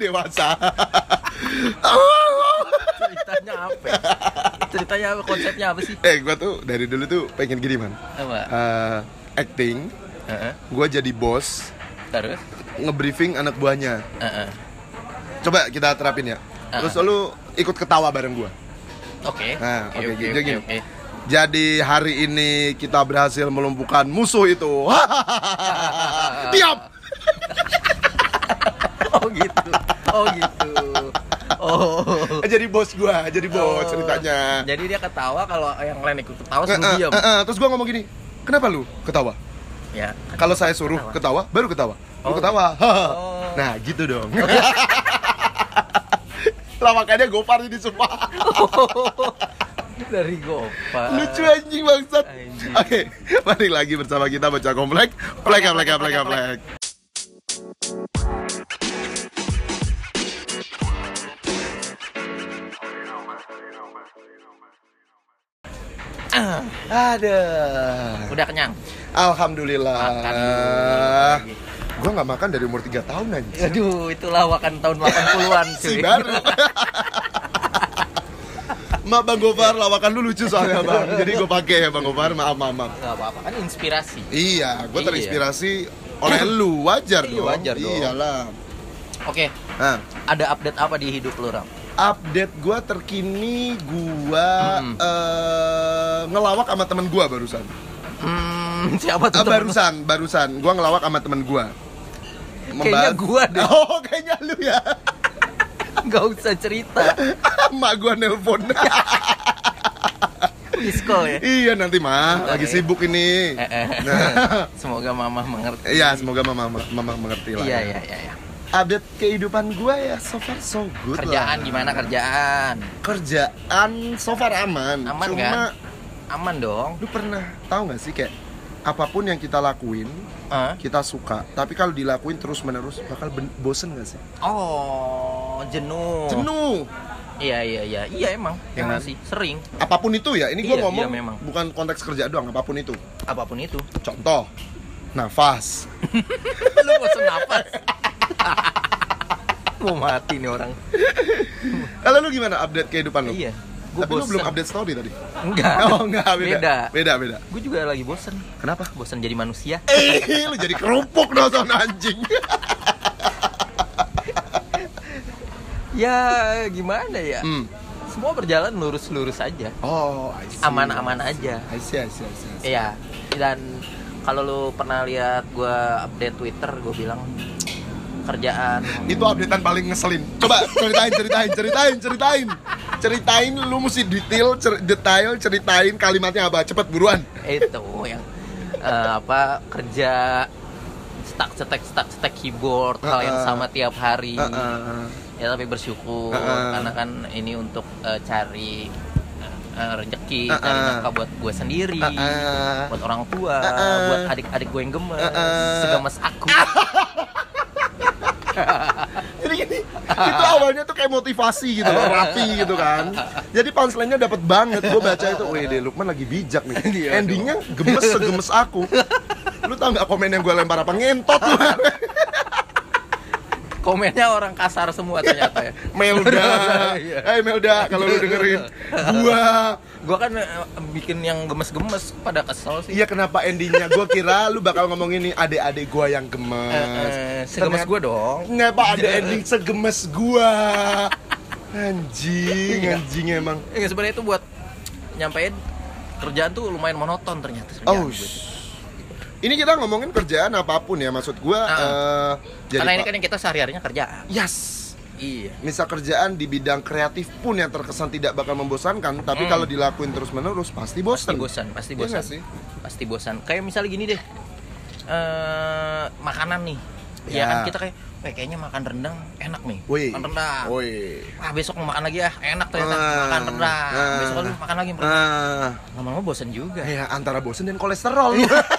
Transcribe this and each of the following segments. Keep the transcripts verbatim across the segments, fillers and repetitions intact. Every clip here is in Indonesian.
dewasa. Ceritanya apa? Ya? Ceritanya apa? Konsepnya apa sih? Eh, gue tuh dari dulu tuh pengen gini man. Apa? Uh, acting. Uh-uh. Gue jadi bos. Terus? Ngebriefing anak buahnya. Uh-uh. Coba kita terapin ya. Uh-uh. Terus lu ikut ketawa bareng gue. Oke. Okay. Nah, oke okay, okay, okay, gini. Okay. Jadi hari ini kita berhasil melumpuhkan musuh itu. Diam. Oh gitu. Oh gitu. Oh. Jadi bos gua, jadi bos Oh. ceritanya. Jadi dia ketawa kalau yang lain ikut ketawa suruh uh, diam. Uh, uh, terus gua ngomong gini, kenapa lu ketawa? Ya. Kalau saya suruh ketawa. ketawa, baru ketawa. Lu Oh. ketawa. Oh. Nah, gitu dong. Lah makanya Gopar ini sumpah. Dari Gopar. Lucu anjing bangsat. Anjing. Oke, balik lagi bersama kita Bocah Komplek. Plek plek plek plek. Aduh. Udah kenyang? Alhamdulillah. Makan dulu. Gua nggak makan dari umur tiga tahun aja. Aduh, itu lawakan tahun delapan puluhan cuy. Si baru. Mak Bang Gopar lawakan lu lucu soalnya bang. Jadi gue pakai ya Bang Gopar, maaf maaf maaf. Gak apa-apa, kan inspirasi. Iya, gue Iya. terinspirasi oleh lu, wajar Iya, dong. wajar dong. Iyalah. Oke, Nah, ada update apa di hidup lu, Ram? update gue terkini gue Hmm. eh, ngelawak sama temen gue barusan. Hmm, siapa tuh Ah, temen lu? barusan, barusan. Gue ngelawak sama temen gue. Kayaknya gua deh. Oh, kayaknya lu ya. Gak usah cerita. Mak gue nelpon. Miss call ya? Iya nanti mah, Bentar, lagi ya. sibuk ini. Eh, eh. Nah. Semoga mama mengerti. Iya, semoga mama mama mengerti lah. Iya, ya. iya, iya, iya. Update kehidupan gue ya so far so good. Kerjaan lah. gimana kerjaan? Kerjaan so far aman. Aman Cuma kan? Aman dong. lu pernah tahu nggak sih kayak apapun yang kita lakuin Hah? kita suka, tapi kalau dilakuin terus menerus bakal ben- bosen nggak sih? Oh, jenuh. Jenuh. Iya, iya, iya. Iya emang. Ya Emang kan? sih, sering. Apapun itu ya. Ini gue Iya, ngomong iya, memang. bukan konteks kerja doang. Apapun itu. Apapun itu. Contoh, nafas. Lu bosan napas. Mau mati nih orang. Kalau lu gimana update kehidupan lu? Iya. Gua Tapi lu bosen. belum update story tadi. Enggak. Oh enggak, beda. Beda. Beda, beda. Gue juga lagi bosen. Kenapa? Bosen jadi manusia. Eh, lu jadi kerupuk dong sama anjing. Ya gimana ya? Hmm. Semua berjalan lurus-lurus aja. Oh, I see. Aman-aman aja. I see, I see, I see, I see. Iya. Dan kalau lu pernah lihat gue update Twitter, gue bilang kerjaan. Itu updatean paling ngeselin. Coba ceritain, ceritain, ceritain, ceritain. Ceritain lu mesti detail, cer- detail ceritain kalimatnya apa. Cepet buruan. Itu yang eh, apa kerja stuck cetek stuck cetek keyboard hal yang Uh-uh. sama tiap hari. Uh-uh. Ya tapi bersyukur Uh-uh. karena kan ini untuk eh, cari eh, rezeki, Uh-uh. cari nafkah buat gue sendiri, Uh-uh. buat orang tua, Uh-uh. buat adik-adik gue yang gemes, Uh-uh. segemes aku. Jadi gini, itu awalnya tuh kayak motivasi gitu loh, rapi gitu kan. Jadi punchline-nya dapet banget. Gue baca itu, wih deh Lukman lagi bijak nih. Iya, Endingnya gemes segemes aku. Lu tau gak komen yang gue lempar apa? Ngentot lu. Komennya orang kasar semua ternyata ya. Melda, Iya. hey Melda, kalau lu dengerin gua, Gue kan eh, bikin yang gemes-gemes pada kesel sih. iya kenapa endingnya gua kira lu bakal ngomong ini adik-adik gua yang gemes. Eh, eh, segemes gue dong. Kenapa ada ending segemes gua? Anjing, Iya. anjing emang. Ya sebenarnya itu buat nyampein kerjaan tuh lumayan monoton ternyata. kerjaan Oh, gue. sh- ini kita ngomongin kerjaan apapun ya, maksud gua. Ah. eh, jadi Karena ini Pak- kan yang kita sehari-harinya kerjaan. yes. Iya. Misal kerjaan di bidang kreatif pun yang terkesan tidak bakal membosankan, tapi Hmm. kalau dilakuin terus-menerus pasti bosan. Pasti bosan, pasti Iya bosan. nggak sih? Pasti bosan. Kayak misalnya gini deh. Eh makanan nih. Ya, Ya. kan kita kayak "Weh, kayaknya makan rendang enak nih. Wih. Makan rendang. Woi. Wah, besok mau makan lagi ya. Enak ternyata Ah. makan rendang. Ah. Besok lu makan lagi. Ah. Lama-lama bosan juga. Ya antara bosen dan kolesterol.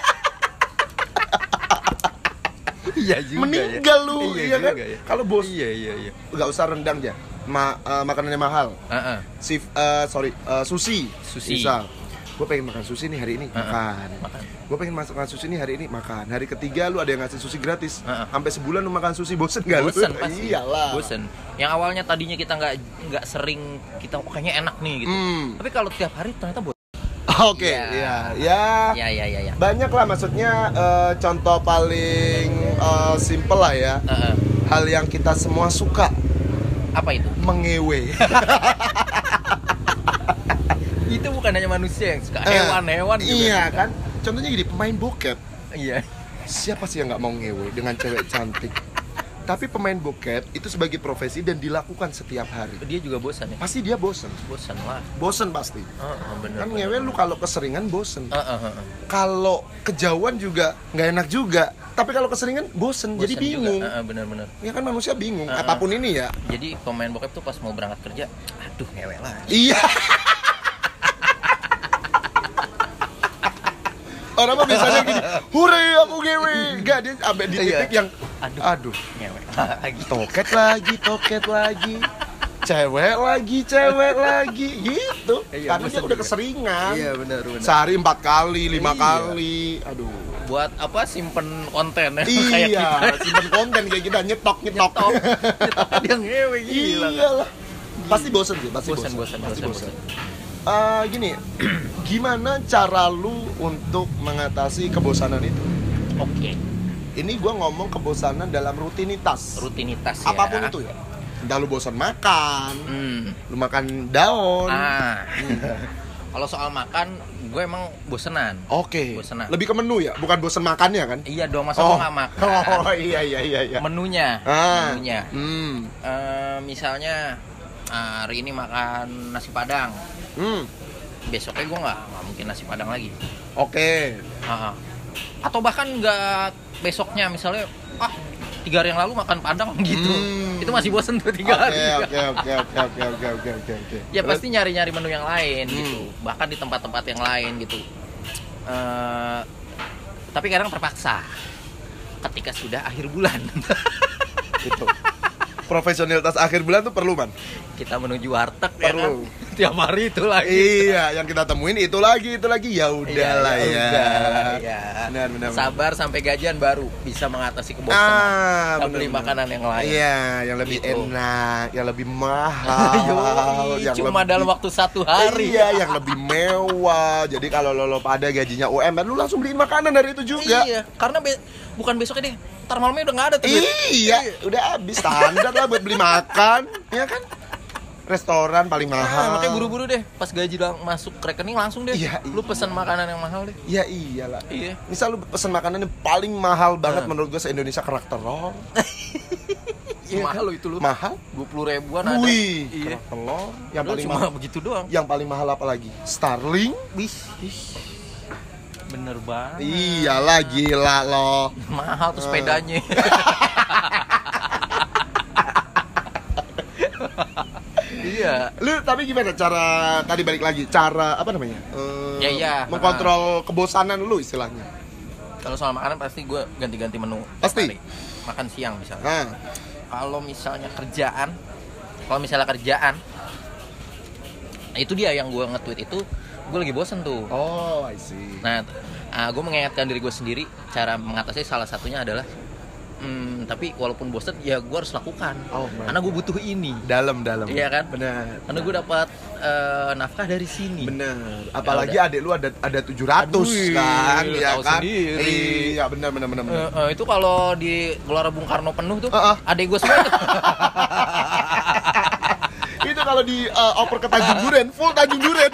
Iya juga. Meninggal lu, Iya iya kan? juga ya. Kalau bos Iya, iya, iya. nggak usah rendang aja. Ma, eh, makanannya mahal. Heeh. Sif, eh, sorry, eh, sushi. Sushi. Misal. gue pengen makan sushi nih hari ini, Uh-uh. makan. Makan. Gue pengen makan sushi nih hari ini, makan. Hari ketiga lu ada yang ngasih sushi gratis, Uh-uh. sampai sebulan lu makan sushi, bosen gak lu? Bosen pasti. Iyalah. Bosen. Yang awalnya tadinya kita nggak nggak sering kita oh, kayaknya enak nih gitu. Hmm. Tapi kalau tiap hari ternyata bosen. Oke, Ya. ya, ya. Ya ya ya ya. Banyak lah maksudnya eh, contoh paling eh, simple lah ya. Uh-uh. Hal yang kita semua suka, Apa itu? mengewe. Itu bukan hanya manusia yang suka, Eh, hewan-hewan juga. Iya suka. kan? Contohnya gini, pemain bokep. Iya. Siapa sih yang nggak mau ngewe dengan cewek cantik? Tapi pemain bokep itu sebagai profesi dan dilakukan setiap hari. Dia juga bosan ya. Pasti dia bosen. Bosan lah. Bosen pasti. Heeh, bener. Kan bener, ngewe lu bener. kalau keseringan bosen. Heeh, heeh. Kalau kejauhan juga nggak enak juga. Tapi kalau keseringan bosen, jadi Bosan bingung. juga. Heeh, bener-bener. Ya kan manusia bingung. Uh-uh. Apapun ini ya. Jadi pemain bokep tuh pas mau berangkat kerja, aduh ngewe lah. Iya. Orang mah biasanya gini, hore aku ngewe. Enggak, dia sampai di titik Iya. yang Aduh, aduh, ngewe lagi. toket lagi, toket lagi. Cewek lagi, cewek lagi gitu. Iya, Karena dia bosen udah juga. keseringan. Iya, benar benar. Sehari empat kali, lima Iya. kali. Aduh. Buat apa simpen konten ya kayak Iya, kita. simpen konten kayak kita nyetok, nyetok. Nyetok. Nyetok dia ngewe gila. Iyalah. Pasti bosen sih, pasti Bosan, bosen. bosan, Pasti bosan, bosan. Eh, gini, gimana cara lu untuk mengatasi kebosanan itu? Oke, Ini gua ngomong kebosanan dalam rutinitas. rutinitas ya. Apapun itu ya. Entah lu bosan makan, Hmm. lu makan daun. Ah. Kalau soal makan, gue emang bosenan. Oke. Bosenan. Lebih ke menu ya, bukan bosan makannya kan? Iya dong, masa gue nggak makan. Oh, iya iya iya iya. Menunya, Ah. menunya. Hmm. Eh, misalnya ah, hari ini makan nasi padang, Hmm. besoknya gue nggak nggak mungkin nasi padang lagi. Oke. Ah. Atau bahkan nggak besoknya, misalnya, ah tiga hari yang lalu makan padang gitu, Hmm. itu masih bosen tuh tiga Oke hari. oke oke oke oke oke oke oke oke. Ya pasti nyari-nyari menu yang lain Hmm. gitu, bahkan di tempat-tempat yang lain gitu. Eh, tapi kadang terpaksa ketika sudah akhir bulan. Itu. Profesionalitas akhir bulan tuh perlu, Man. Kita menuju warteg ya kan, Perlu. tiap hari itu lagi. Iya, yang kita temuin itu lagi, itu lagi. Ya udahlah Iya, ya. udah, ya. Benar, benar, benar. Sabar sampai gajian baru bisa mengatasi kebosanan. Ah, Kita beli benar, makanan yang lain. Iya, yang lebih Gitu. enak, yang lebih mahal, Yoi, yang cuma lebih- dalam waktu satu hari. Iya, yang lebih mewah. Jadi kalau lo, lo pada gajinya U M R, lu langsung beliin makanan dari itu juga. Iya, karena be- bukan besoknya deh, ntar malamnya udah nggak ada tuh. duit. Iya, udah habis standar lah buat beli makan, ya kan? Restoran paling Ah, mahal. makanya buru-buru deh, pas gaji lang- masuk ke rekening langsung deh. Iya, Lu pesan makanan yang mahal deh. Ya iyalah. Iya. Misal lu pesen makanan yang paling mahal banget Ah. menurut gue se-Indonesia, kerak telur. Iya Mahal kan? lo itu lu. Mahal? dua puluh ribuan ada. Wih, Iya. kerak telur. Yang Padahal paling cuma mahal. begitu doang. Yang paling mahal apa lagi? Starling. Wih. Bener banget. Iyalah gila loh. Mahal tuh sepedanya. Iya. Lu tapi gimana cara tadi balik lagi cara apa namanya? Eh, Ya, iya. Mengkontrol kebosanan lu istilahnya. Kalau soal makanan pasti gue ganti-ganti menu. Pasti? Hari. Makan siang misalnya. Nah, Kalau misalnya kerjaan, kalau misalnya kerjaan, nah itu dia yang gue nge-tweet itu, gue lagi bosen tuh. oh, I see. Nah, gue mengingatkan diri gue sendiri, cara mengatasi salah satunya adalah, hmm, tapi walaupun bosen, ya gue harus lakukan. Oh, man. Karena gue butuh ini. Dalam dalam. Iya kan? Benar. Karena gue dapat eh, nafkah dari sini. Bener. Apalagi udah. adik lu ada ada tujuh ratus Aduh, kan, lu ya tahu kan? sendiri. Iya, benar benar benar. Eh, benar. eh, itu kalau di Gelora Bung Karno penuh tuh, Uh-uh. adek gue semua tuh. Itu kalau di uh, oper ke Tanjung Duren, full Tanjung Duren.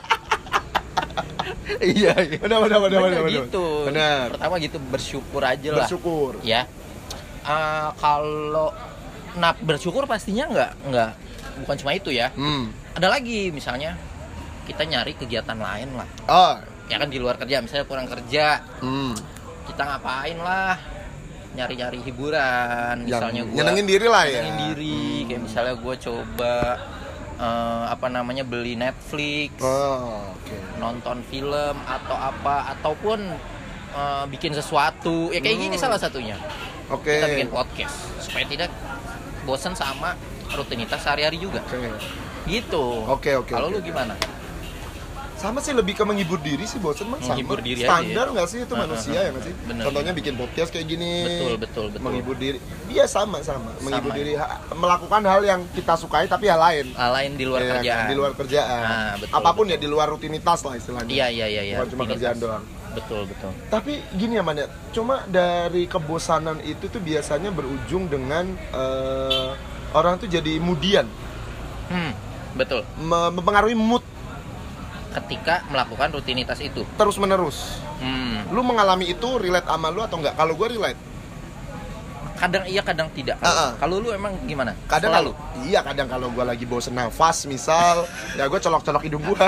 Iya, iya. Benar benar benar Bener benar. gitu. Benar. Pertama gitu bersyukur aja lah. Bersyukur. Ya. Eh, kalau nah bersyukur pastinya nggak nggak bukan cuma itu ya. Hmm. Ada lagi misalnya kita nyari kegiatan lain lah. Oh. Ya kan di luar kerja, misalnya pulang kerja, Hmm. kita ngapain lah? Nyari-nyari hiburan, Yang misalnya gua nyenengin diri lah ya. nyenengin diri, kayak misalnya gue coba eh, apa namanya beli Netflix, Oh, oke. nonton film atau apa ataupun eh, bikin sesuatu. Ya kayak gini Hmm. salah satunya. Oke. Kita bikin podcast supaya tidak bosan sama rutinitas sehari-hari juga. Oke. Gitu. Oke, oke, Kalau oke. lu gimana? Sama sih, lebih ke menghibur diri sih, bosen mah sama. Menghibur diri aja standar ya. nggak sih itu Uh, manusia uh, ya nggak sih? bener. Contohnya bikin podcast kayak gini. Betul, betul, betul. Menghibur diri. Iya sama sama. Menghibur Sama, diri ha- melakukan hal yang kita sukai tapi hal lain. Hal lain di luar Iya, kerjaan. kan? Di luar kerjaan. Nah, betul, Apapun betul. ya di luar rutinitas lah istilahnya. Iya, iya, iya, iya. Bukan cuma Rutinitas. kerjaan doang. Betul, betul. Tapi gini ya Man ya, cuma dari kebosanan itu tuh biasanya berujung dengan eh, orang tuh jadi moodian, Hmm, betul. me- mempengaruhi mood Ketika melakukan rutinitas itu. terus menerus. Hmm. Lu mengalami itu, relate sama lu atau enggak? Kalau gue relate. Kadang iya, kadang tidak. Uh-uh. Kalau lu emang gimana? Kadang Selalu. kalau iya, kadang kalau gue lagi bosen nafas misal, ya gue colok-colok hidung gue.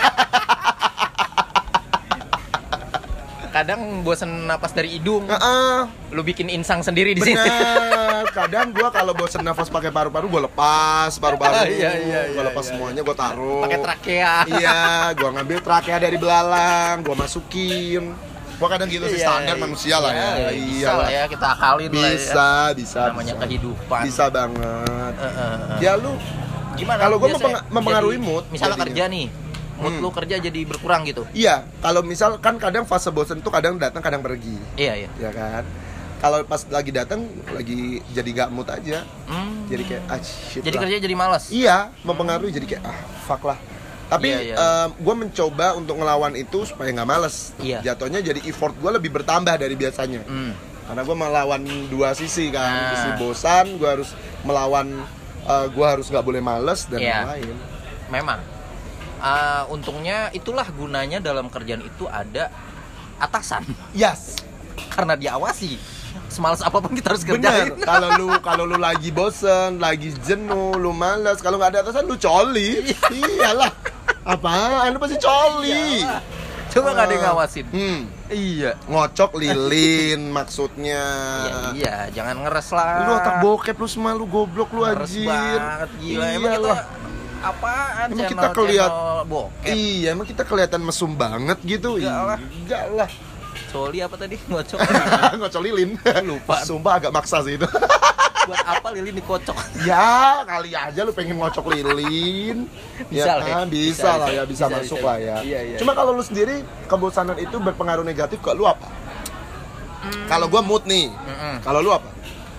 Kadang bosen napas dari hidung. Heeh. Lu bikin insang sendiri di sini. Bener. Kadang gue kalau bosen nafas pakai paru-paru, gue lepas paru-paru. Iya, iya, Gue iya, lepas iya. semuanya, gue taruh. Pakai trakea. Iya, gue ngambil trakea dari belalang, gue masukin. Gue kadang gitu sih, Iya, standar iya. manusia lah ya. Iya, bisa lah ya, kita akalin lah ya. Bisa, bisa. Namanya bisa. kehidupan. Bisa banget. Eh, eh, eh. Ya lu Gimana? Kalau gua biasanya mempenga- mempengaruhi jadi- mood Misalnya jadinya. kerja nih, mood Hmm. lu kerja jadi berkurang gitu. iya, kalau misal kan kadang fase bosen tuh kadang datang kadang pergi, Iya, iya. ya kan? Kalau pas lagi datang lagi jadi gak mood aja, Hmm. jadi kayak ah shit Jadi lah. kerja jadi malas. Iya, mempengaruhi jadi kayak ah fuck lah. Tapi Iya, iya. gue mencoba untuk ngelawan itu supaya nggak males. Iya. Jatuhnya jadi effort gue lebih bertambah dari biasanya. Hmm. Karena gue melawan dua sisi kan, Nah. sisi bosan, gue harus melawan, gue harus nggak boleh males dan Iya. yang lain. Memang. Ah, untungnya itulah gunanya dalam kerjaan itu ada atasan. Yes. Karena diawasi. Semalas apapun kita harus Bener, kerjain. kalau lu kalau lu lagi bosen, lagi jenuh, lu malas, kalau nggak ada atasan lu coli. Iyalah. Apaan? Lu pasti coli. Iyalah. Coba nggak ada yang ngawasin. Hmm. Iya. Ngocok lilin maksudnya. Iya, iya, jangan ngeres lah. Lu otak bokep lu semua, lu goblok lu Ngeres anjir. banget, gila. Emang kita Iyalah. apaan? Emang kita Channel- keliat- channel bokep. Iya, emang kita kelihatan mesum banget gitu. Enggak lah. Enggak lah. Coli apa tadi? Ngocok. Ngocok lilin. Lupa. Sumpah agak maksa sih itu. Buat apa lilin dikocok? Ya, kali aja lu pengen ngocok lilin. Bisa ya lah ya. kan, bisa, Bisa, lah bisa. ya, bisa, Bisa, masuk bisa. lah ya. Iya, iya. Cuma kalau lu sendiri kebosanan itu berpengaruh negatif ke lu apa? Kalau gua mood nih. Mm-mm. Kalau lu apa?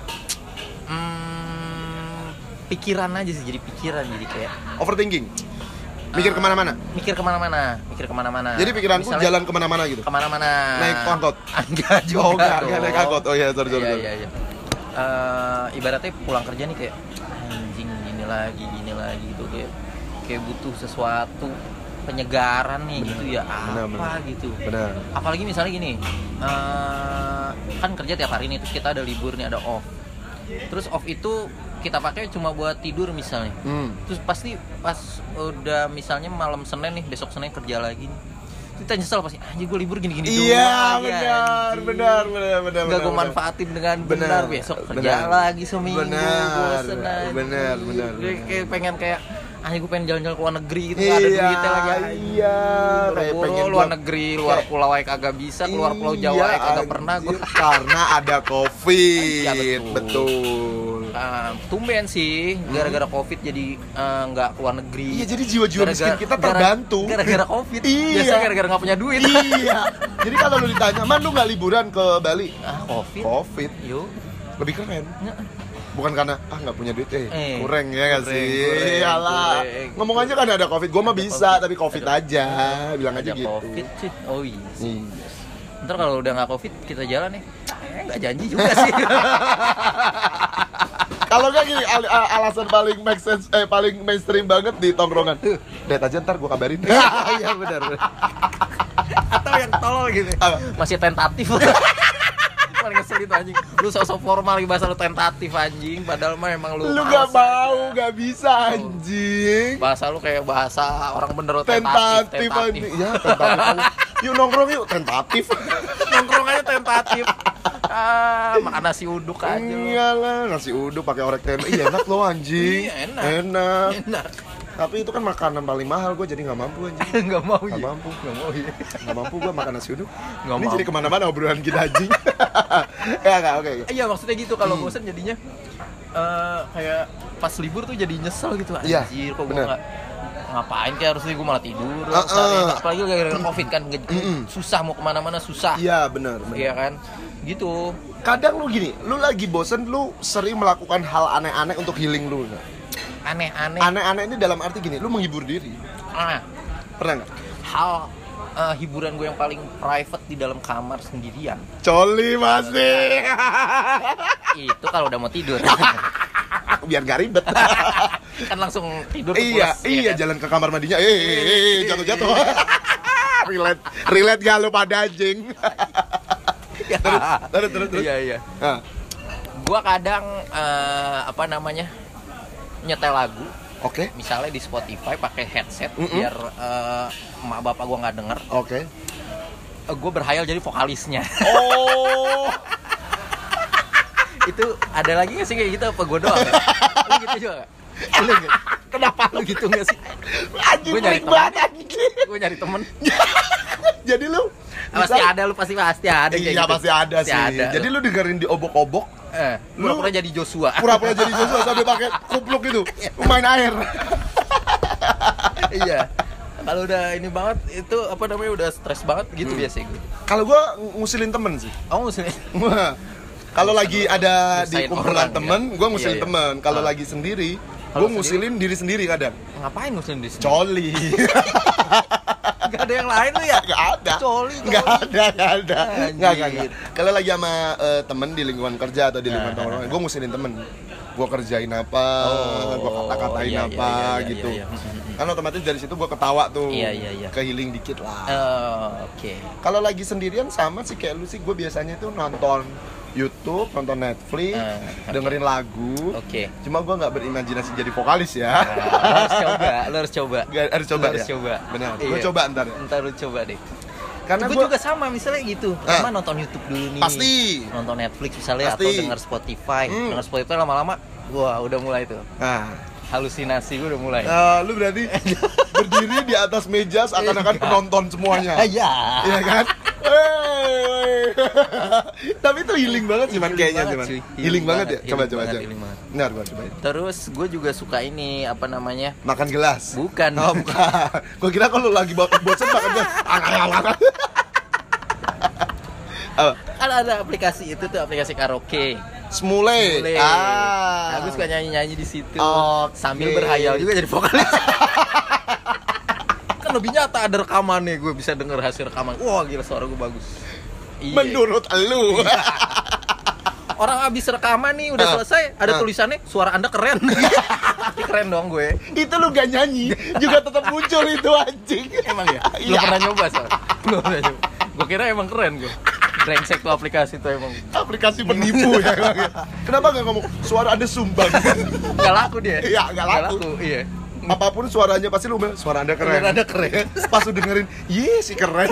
Hmm, pikiran aja sih, jadi pikiran jadi kayak Overthinking. Mikir Ah. kemana-mana. mikir kemana-mana, mikir kemana-mana. Jadi pikiranku Misalnya jalan kemana-mana gitu. kemana-mana. Naik angkot. Enggak juga. Oh, enggak, dong. enggak naik angkot. Oh iya, sorry, sorry. Iya, sorry. iya, iya. Eh, ibaratnya pulang kerja nih kayak anjing gini lagi, gini lagi gitu kayak kayak butuh sesuatu penyegaran nih Bener. gitu ya Bener, apa bener. gitu. Benar. Apalagi misalnya gini, eh, kan kerja tiap hari nih terus kita ada libur nih, ada off. Terus off itu kita pakai cuma buat tidur misalnya. Hmm. Terus pasti pas udah misalnya malam Senin nih, besok Senin kerja lagi nih. Kita nyesel pasti, anjir gue libur gini-gini Iya, doang, benar, anjing. benar, benar, benar. Gak gue benar. manfaatin dengan Benar, benar, besok kerja benar. lagi seminggu. Benar, bosen aja. benar, benar, Gue benar. kayak pengen kayak anjir gue pengen jalan-jalan ke luar negeri gitu, nggak ada Iya, duitnya lagi. iya. Kayak Boro-boro pengen luar gua- negeri, luar kayak- pulau aja kagak bisa, keluar pulau Jawa aja kagak Iya, pernah gue. anjir, karena ada Covid. Iya, betul. betul. Ah, tumben sih gara-gara Covid jadi eh, nggak keluar negeri. Iya, jadi jiwa-jiwa miskin Gara-gara- kita gara- terbantu. Gara-gara Covid. Iya. Biasanya gara-gara nggak punya duit. Iya. Jadi kalau lu ditanya, "Man, lu nggak liburan ke Bali?" Ah, Covid. Covid. Yuk. Lebih keren. Nggak. Bukan karena ah nggak punya duit eh, Eh, kurang ya nggak kurang, sih? kurang, Iyalah. kurang. Ngomong aja kan ada Covid. Gua mah Ada bisa, Covid. tapi Covid Ada- aja. Bilang aja Ada gitu. Covid sih. Oh iya. sih. Iya. Ntar kalau udah nggak Covid kita jalan nih. Eh, nggak janji juga sih. Kalau nggak gini, al- al- alasan paling make sense, eh paling mainstream banget di tongkrongan. Det aja ntar gua kabarin. Iya benar. Atau yang tolol gitu. Apa? Masih tentatif. Paling ngesel itu anjing. Lu sosok formal lagi bahasa lu tentatif anjing, padahal mah emang lu Lu nggak males mau, aja. nggak bisa anjing. Bahasa lu kayak bahasa orang bener Tentatif tentatif, anjing. Ya, tentatif aja. Yuk nongkrong yuk, tentatif. Nongkrong aja tentatif. Ah, makan nasi uduk aja lu. Iyalah, nasi uduk pakai orek tempe. Iya enak loh anjing. Iya, enak. Enak. Enak. Tapi itu kan makanan paling mahal, gue jadi nggak mampu anjing. Enggak mau Nggak ya. mampu. Enggak mau ya. Nggak mampu gue makan nasi uduk. Nggak Ini mau. jadi kemana-mana obrolan kita anjing. Ya nggak, oke. oke. Iya maksudnya gitu kalau Hmm. bosen jadinya eh, kayak pas libur tuh jadi nyesel gitu Iya, anjir kok gue bener. nggak ngapain kayak harusnya gue malah tidur. Uh, uh. Apalagi gara-gara covid kan, susah mau kemana-mana susah. Iya benar. Iya kan, gitu. Kadang lu gini, lu lagi bosen, lu sering melakukan hal aneh-aneh untuk healing lu. Gak? Aneh-aneh. Aneh-aneh ini dalam arti gini, lu menghibur diri. Ah, pernah nggak? Hal uh, hiburan gue yang paling private di dalam kamar sendirian. Coli masih. Itu kalau udah mau tidur. Biar gak ribet. Kan langsung tidur. Iya, pulas, iya ya kan? jalan ke kamar mandinya. Eh, eh, eh jatuh-jatuh. relate, relate gak lu pada anjing. Ya. terus, terus, terus, terus. Iya, iya. Nah. Gua kadang uh, apa namanya? Nyetel lagu. Oke. Okay. Misalnya di Spotify pakai headset Mm-mm. biar uh, emak bapak gua nggak denger. Oke. Okay. Uh, gua berhayal jadi vokalisnya. Oh. Itu ada lagi nggak sih kayak gitu apa gua doang? Ya? Lu gitu juga nggak? Lu gitu? Kenapa lu gitu nggak sih? Anjing Gue nyari banget temen. anjing. Gue nyari temen. Jadi lu pasti ada, lu pasti pasti ada. Iya gitu. pasti ada pasti sih. Ada, jadi lu dengerin di obok-obok. Eh, Lu- pura-pura jadi Joshua. Pura-pura jadi Joshua sambil pakai kupluk itu, main air. Iya. Kalau udah ini banget itu apa namanya udah stres banget gitu Hmm. biasanya gue. Kalau gua ngusilin temen sih. Oh musuhnya. Wah. Kalau lagi ada di Ngusain kumpulan orang, temen, ya? gua ngusilin Iya, iya. temen. Kalau Ah. lagi sendiri, Kalau gua ngusilin diri sendiri kadang. Ngapain musuhin di sini? Coli. Gak ada yang lain lu ya? Gak ada. Coli. Gak ada, gak ada. Anjir. Gak, gak, gak. Kalau lagi sama eh, temen di lingkungan kerja atau di lingkungan Ah. tongkrongan, gua ngusilin temen. Gua kerjain apa, Oh, gua kata-katain iya, iya, apa iya, iya, gitu. iya, iya. Kan otomatis dari situ gua ketawa tuh. Iya, iya, iya. Ke healing dikit lah. Oh, oke. Kalau lagi sendirian sama sih kayak lu sih, gue biasanya tuh nonton YouTube, nonton Netflix, Ah, oke. dengerin lagu. Oke. Cuma gue nggak berimajinasi jadi vokalis ya. Nah, lu harus coba, lu harus coba. Gak, harus coba Lu harus ya? coba. Benar. Iya. Gue coba ntar ya. Ntar lu coba deh. Karena Gue gue juga sama misalnya gitu. Ah. Pertama nonton YouTube dulu nih. Pasti. Nonton Netflix misalnya Pasti. atau denger Spotify. Hmm. Denger Spotify lama-lama, wah udah mulai tuh. Nah, Halusinasi gue udah mulai. eh, lu berarti berdiri di atas meja seakan-akan Enggak. penonton semuanya. Iya. Iya kan? Wey. Tapi itu healing banget sih man Healing kayaknya banget, sih man. cuy. Healing, Healing banget ya. banget, Coba healing coba banget, coba. healing banget. Benar gua cobain. Terus gue juga suka ini apa namanya? Makan gelas. Bukan. Oh bukan. Gue kira kalau lagi bo- bosan makan gelas. Apa? Kan ada aplikasi itu tuh aplikasi karaoke. Smule. Boleh. Ah. Aku suka nyanyi-nyanyi di situ. Oke. Sambil berhayal juga jadi vokalis. Kan lebih nyata ada rekamannya, gue bisa denger hasil rekaman. Wah, gila suara gue bagus. Iya. Menurut lu. Orang abis rekaman nih udah Ah. selesai, ada Ah. tulisannya suara Anda keren. Keren dong gue. Itu lu gak nyanyi juga tetap muncul itu anjing. Emang ya? Belum Iya. pernah nyoba soalnya. Belum pernah nyoba. Gue kira emang keren gue. Brengsek tuh aplikasi tuh emang. Aplikasi penipu ya emang ya. Kenapa gak ngomong suara Anda sumbang? Gak laku dia. Iya, nggak laku. Iya. Apapun suaranya pasti lu bilang suara Anda keren. Suara Anda keren. Pas lu dengerin, "Ye, si keren."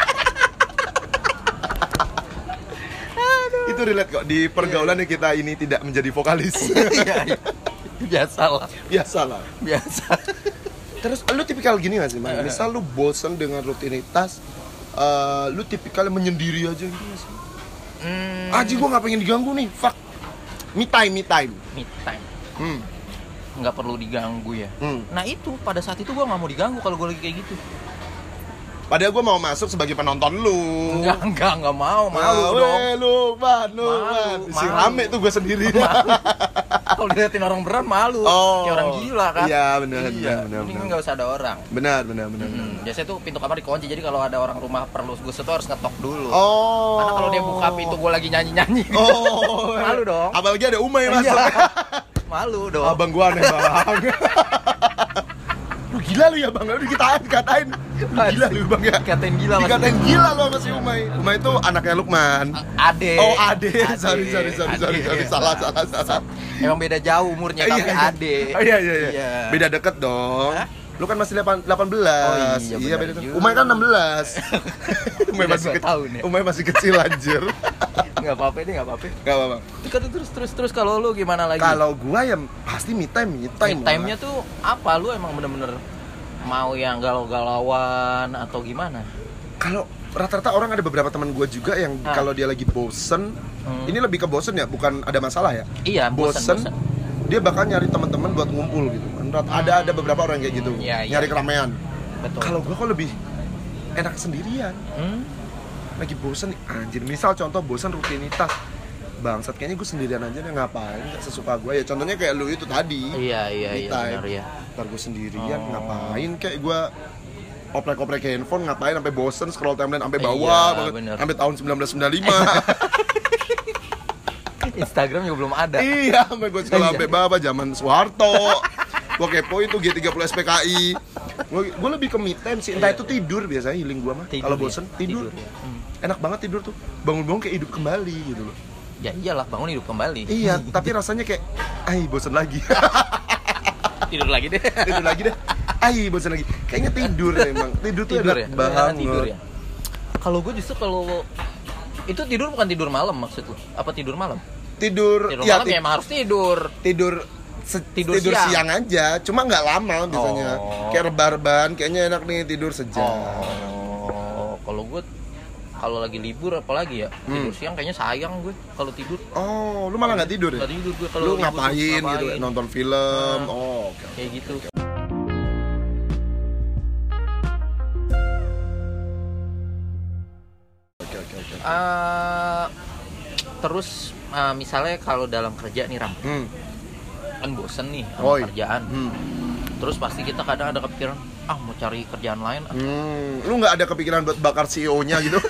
Itu relate kok di pergaulan yang kita ini tidak menjadi vokalis. Iya, iya. Biasa lah. Biasalah. Biasa. Terus lu tipikal gini gak sih, Man? Misal lu bosen dengan rutinitas, eh, lu tipikal menyendiri aja gitu gak sih? Hmm, Aji gua gak pengen diganggu nih, fuck. Me time, me time. me time. Hmm. Nggak perlu diganggu ya. Hmm. Nah itu pada saat itu gue nggak mau diganggu kalau gue lagi kayak gitu. Padahal gua mau masuk sebagai penonton lu. Enggak, enggak, enggak mau, malu Ah, dong. weh, lu, man, lu, Malu, man. Si malu. rame tuh gua sendiri. Kalau diliatin orang beneran malu, Oh. kayak orang gila kan. Iya, benar, Iya, benar, benar, mending benar. nggak usah ada orang. Benar, benar, benar. benar. Hmm, biasanya tuh pintu kamar dikunci, jadi kalau ada orang rumah perlu gue tuh harus ngetok dulu. Oh. Karena kalau dia buka pintu gue lagi nyanyi-nyanyi. Oh. Malu dong. Apalagi ada Umay masuk. Iya. Malu dong. Abang gua aneh banget. Lu gila lu ya bang, lu dikatain, katain. Lu gila lu bang ya. Dikatain gila mas. Dikatain gila lu sama si Umay. Umay itu anaknya Lukman. Ade. Oh ade, Ade. sorry sorry sorry sorry Ade. sorry salah salah salah. Emang beda jauh umurnya tapi Iya, iya. ade. Oh, iya iya iya. Iya. Beda deket dong. Hah? Lu kan masih delapan belas. Oh, iya, iya benar beda. juga. Umay kan enam belas. Umay Beda masih dua kecil. tahun ya? Umay masih kecil anjir. Nggak apa-apa deh, nggak apa-apa. Gak apa-apa. Terus terus terus terus kalau lu gimana lagi? Kalau gua ya pasti me time, me time. Me time-nya tuh apa? Lu emang bener-bener mau yang galau-galauan atau gimana? Kalau rata-rata orang ada beberapa teman gue juga yang Ah. kalau dia lagi bosen, Hmm. ini lebih ke bosen ya, bukan ada masalah ya. Iya, bosan, Bosen, bosan. dia bakal nyari teman-teman buat ngumpul gitu. Rat- ada ada beberapa orang kayak gitu, Iya, iya. nyari keramaian. Betul. Kalau gue kok lebih enak sendirian. Hmm? Lagi bosen nih, anjir. Misal contoh bosen rutinitas, bangsat kayaknya gue sendirian aja deh, ngapain nggak sesuka gue ya. Contohnya kayak lu itu tadi. Iya iya Me iya time. benar ya. Ntar gue sendirian, Oh. ngapain kayak gue oprek-oprek handphone, ngapain sampai bosen scroll timeline sampai Iya, bawah banget, bener. sampai tahun sembilan belas sembilan puluh lima. Instagram juga belum ada. Iya, sampai gue sekolah Iya. sampai bawah zaman Soeharto. Gue kepoin tuh G tiga puluh S P K I. Gue lebih ke me time sih, entah Iya. itu tidur biasanya healing gue mah. Tidur Kalau ya? bosen tidur. Tidur ya. Hmm. Enak banget tidur tuh. Bangun-bangun kayak hidup kembali gitu loh. Ya iyalah bangun hidup kembali. Iya, tapi rasanya kayak ay bosen lagi. Tidur lagi deh. Tidur lagi deh. Ay bosen lagi. Kayaknya tidur memang. Tidur tuh Tidur enak ya. banget. Tidur ya. Kalau gue justru kalau itu tidur bukan tidur malam maksud lu? Apa tidur malam? Tidur, Tidur ya malam ti- ya emang harus tidur. tidur se- Tidur tidur, siang. siang. aja, cuma nggak lama biasanya. Oh. Kayak rebahan, kayaknya enak nih tidur sejam. Oh, kalau gue kalau lagi libur apalagi ya tidur siang kayaknya sayang gue kalau tidur. Oh, lu malah nggak tidur ya? Nggak tidur gue kalau Lu libur tuh ngapain, gitu, ngapain. nonton film? Hmm. Oh, oke. Kayak gitu. Oke, oke, oke. Eh, terus eh, misalnya kalau dalam kerja nih Ram, Hmm. kan bosen nih sama Oi. kerjaan. Hmm. Terus pasti kita kadang ada kepikiran, ah mau cari kerjaan lain, ah, Hmm. Lu nggak ada kepikiran buat bakar C E O-nya gitu?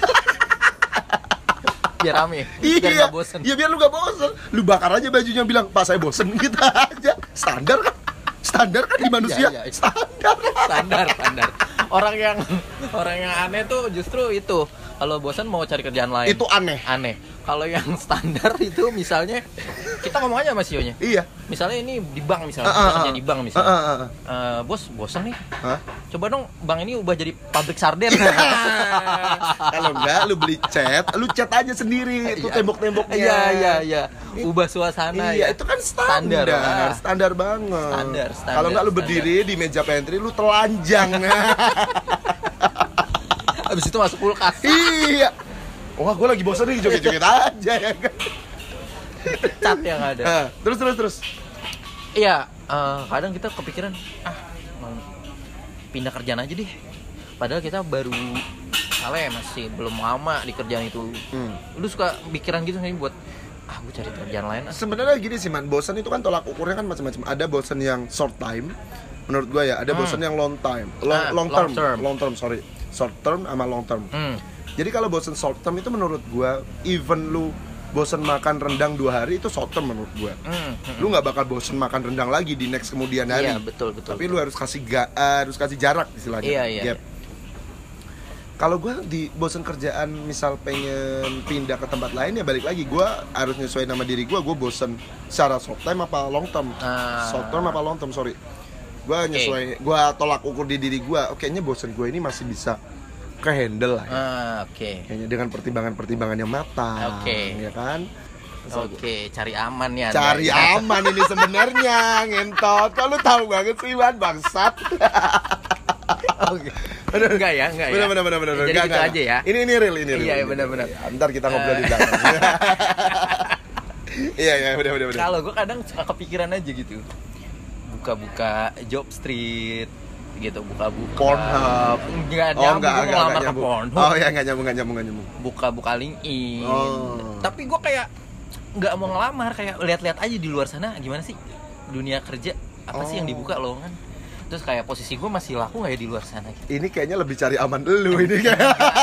biar rame, biar Iya, nggak bosen. iya biar lu gak bosen. Lu bakar aja bajunya, bilang, Pak saya bosen, gitu aja. Standar kan? Standar kan di manusia? Iya, iya. Standar. Standar, standar. Orang yang orang yang aneh tuh justru itu. Kalau bosan mau cari kerjaan lain. Itu aneh. Aneh. Kalau yang standar itu misalnya kita ngomong aja sama C E O-nya. Iya. Misalnya ini di bank misalnya, Ah, ah, kita kerja ah. di bank Ah, misalnya. ah, ah. Eh, bos, bosan nih. Hah? Coba dong bank ini ubah jadi pabrik sarden. Kalau enggak lu beli cat, lu cat aja sendiri itu Iya. tembok-temboknya. Iya, iya, iya. Ubah suasana Iya, ya. itu kan standar. Standar, Standar, ah. banget. Standar, standar, Kalau enggak lu standar. berdiri di meja pantry lu telanjang. Habis itu masuk kulkas. Iya. Wah, gue lagi bosan nih, joget-joget aja ya kan. Cat yang ada. Nah, terus terus terus. Iya, eh, kadang kita kepikiran ah mau pindah kerjaan aja deh. Padahal kita baru salah ya masih belum lama di kerjaan itu. Hmm. Lu suka pikiran gitu nih buat ah gue cari kerjaan lain ah. Sebenarnya gini sih man, bosan itu kan tolak ukurnya kan macam-macam. Ada bosan yang short time, menurut gue ya. Ada Hmm. bosan yang long time, long, Ah, long, long term. term. long term, sorry, short term sama long term. Hmm. Jadi kalau bosan short term itu menurut gue, even lu bosan makan rendang dua hari itu short term menurut gue. Hmm. hmm. Lu nggak bakal bosan makan rendang lagi di next kemudian hari. Iya, betul betul. Tapi lu harus kasih ga, harus kasih jarak istilahnya. Iya, iya, Gap. iya. Kalau gue di bosan kerjaan, misal pengen pindah ke tempat lain ya balik lagi gue harus nyesuaiin nama diri gue. Gue bosan secara short time apa long term? Ah. Short term apa long term? Sorry. Gue nyesuai, gue tolak ukur di diri gue. Oh, kayaknya bosan gue ini masih bisa ke handle lah. Ya. Ah, oke. Kayaknya dengan pertimbangan-pertimbangan yang matang, Oke. ya kan? Oke, cari aman ya. Cari Anda. aman ini sebenarnya, ngentot. Kok lu tahu banget sih, Wan, bangsat. Oke. Enggak ya, enggak ya. Bener bener bener bener. Jadi Enggak, gitu enggak. aja ya. Ini ini real ini real. Iya, ini bener, real. bener. Ya, ntar kita ngobrol di belakang. Iya iya bener bener bener. Kalau gue kadang suka kepikiran aja gitu. Buka-buka job street gitu, buka-buka Pornhub. Enggak Oh nyambung, enggak gue enggak ngelamar enggak ke nyambung. Pornhub. Oh iya enggak nyambung enggak nyambung enggak nyambung. Buka-buka LinkedIn. Oh. Tapi gue kayak nggak mau ngelamar, kayak lihat-lihat aja di luar sana gimana sih dunia kerja, apa sih yang Oh. dibuka lowongan. Terus kayak posisi gue masih laku nggak ya di luar sana gitu. Ini kayaknya lebih cari aman dulu ini kayak.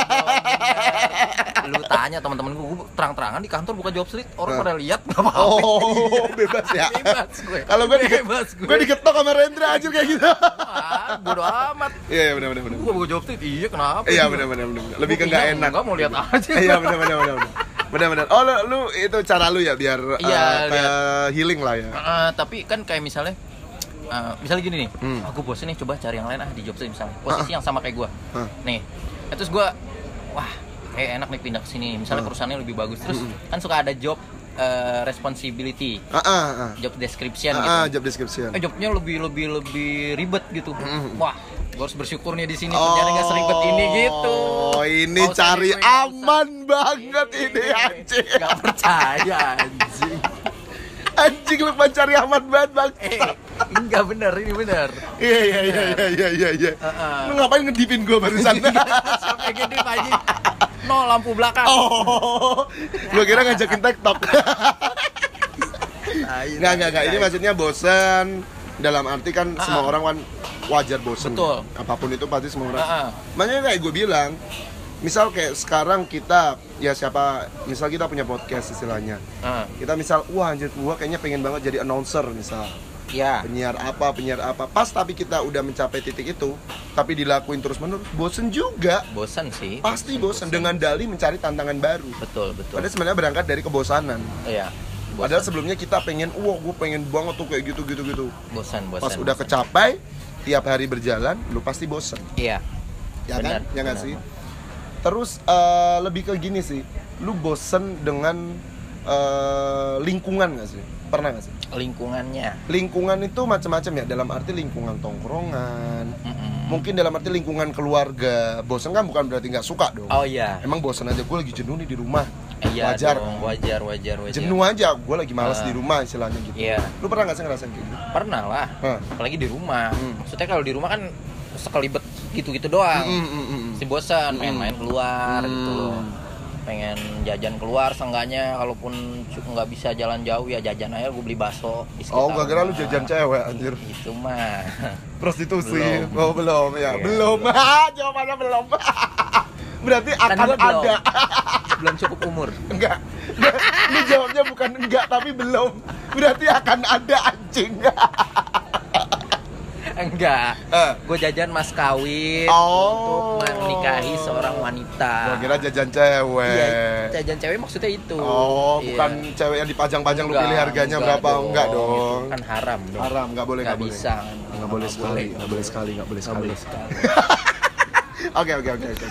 Lu tanya teman-teman gue, gue terang-terangan di kantor buka job street, orang Nah. pada lihat nggak apa-apa. Oh, bebas ya. Bebas gue. Kalau gue di Bebas gue. gue diketok sama Rendra aja kayak gitu. Ah, bodo amat. Iya iya benar benar benar. Gue buka job street, iya kenapa? Iya benar benar benar. Lebih ke Gua enggak iya, enak. Enggak mau lihat aja. Iya benar benar benar benar. Benar-benar. Oh lu, lu itu cara lu ya biar Iya, uh, kayak lihat. healing lah ya. Uh, tapi kan kayak misalnya uh, misalnya gini nih, Hmm. aku bosen nih, coba cari yang lain ah di job street misalnya, posisi yang sama kayak gue. Hah. Nih, eh, terus gue, wah kayak enak nih pindah ke sini. Misalnya Hmm. perusahaannya lebih bagus. Terus Hmm. kan suka ada job uh, responsibility, Ah ah ah. job description Ah, gitu. ah, job description. Eh jobnya lebih lebih lebih ribet gitu. Hmm. Wah, gue harus bersyukur nih di sini kerjanya nggak seribet ini gitu. Oh, ini Nggak usah cari nih, gue, nggak aman usah. banget ini anjing. Gak percaya anjing. Anjing lu cari aman banget bang. Eh, Enggak bener, ini bener. Iya iya iya iya iya iya. Uh-uh. Lu ngapain ngedipin gua barusan? Sampai gede Pak Haji. No lampu belakang. Oh, gua kira ngajakin TikTok. Nggak nggak nggak. Ini maksudnya bosan dalam arti kan Uh-uh. semua orang kan wajar bosan. Betul. Apapun itu pasti semua orang. Uh-uh. Makanya kayak gue bilang, misal kayak sekarang kita ya siapa, misal kita punya podcast istilahnya. Uh. Kita misal, wah anjir gua kayaknya pengen banget jadi announcer misal. Ya. Penyiar apa, penyiar apa. Pas tapi kita udah mencapai titik itu, tapi dilakuin terus-menerus, bosen juga. Bosan sih. Pasti bosen dengan dalih mencari tantangan baru. Betul, betul. Padahal sebenarnya berangkat dari kebosanan. Iya. Padahal sebelumnya kita pengen, wah gue pengen banget tuh kayak gitu gitu gitu. Bosan, bosan. Pas udah bosan. kecapai, tiap hari berjalan, lu pasti bosen. Iya. Ya Benar, kan? Ya nggak benar. sih? Terus eh, lebih ke gini sih, lu bosen dengan eh, lingkungan nggak sih? Pernah nggak sih? Lingkungannya. Lingkungan itu macam-macam ya, dalam arti lingkungan tongkrongan, Mm-mm. mungkin dalam arti lingkungan keluarga. Bosen kan bukan berarti nggak suka dong. Oh iya. Emang bosen aja, gue lagi jenuh nih di rumah. Iya wajar. dong, wajar, wajar, wajar. Jenuh aja, gue lagi malas Ah. di rumah istilahnya gitu. Iya. Lu pernah nggak sih ngerasain kayak gitu? Pernah lah. Hah. Apalagi di rumah. Hmm. Maksudnya kalau di rumah kan sekelibet gitu-gitu doang. Mm, mm, mm, mm. Si bosan main-main keluar Hmm. gitu loh. Pengen jajan keluar, seenggaknya kalaupun cu- nggak bisa jalan jauh ya jajan aja, gue beli bakso di sekitar Oh, gak kira lu rumah. jajan cewek anjir. Itu mah. Prostitusi. Belum. Oh, belum ya. Iya. Belum. Ah, jawabannya belum. Berarti Kan akan gua belum. ada. Belum cukup umur. Enggak. Ini jawabnya bukan enggak tapi belum. Berarti akan ada anjing. Enggak. Eh. Gue jajan mas kawin Oh. untuk menikahi seorang wanita. Gua kira jajan cewek. Iya, jajan cewek maksudnya itu. Oh, Iya. bukan cewek yang dipajang-pajang lu Enggak, pilih harganya enggak berapa? Enggak Itu dong. kan haram dong. Haram, enggak boleh, Nggak enggak boleh. bisa kan. Enggak boleh sekali, enggak boleh sekali, enggak boleh Nggak sekali. boleh sekali. Oke, oke, oke, oke.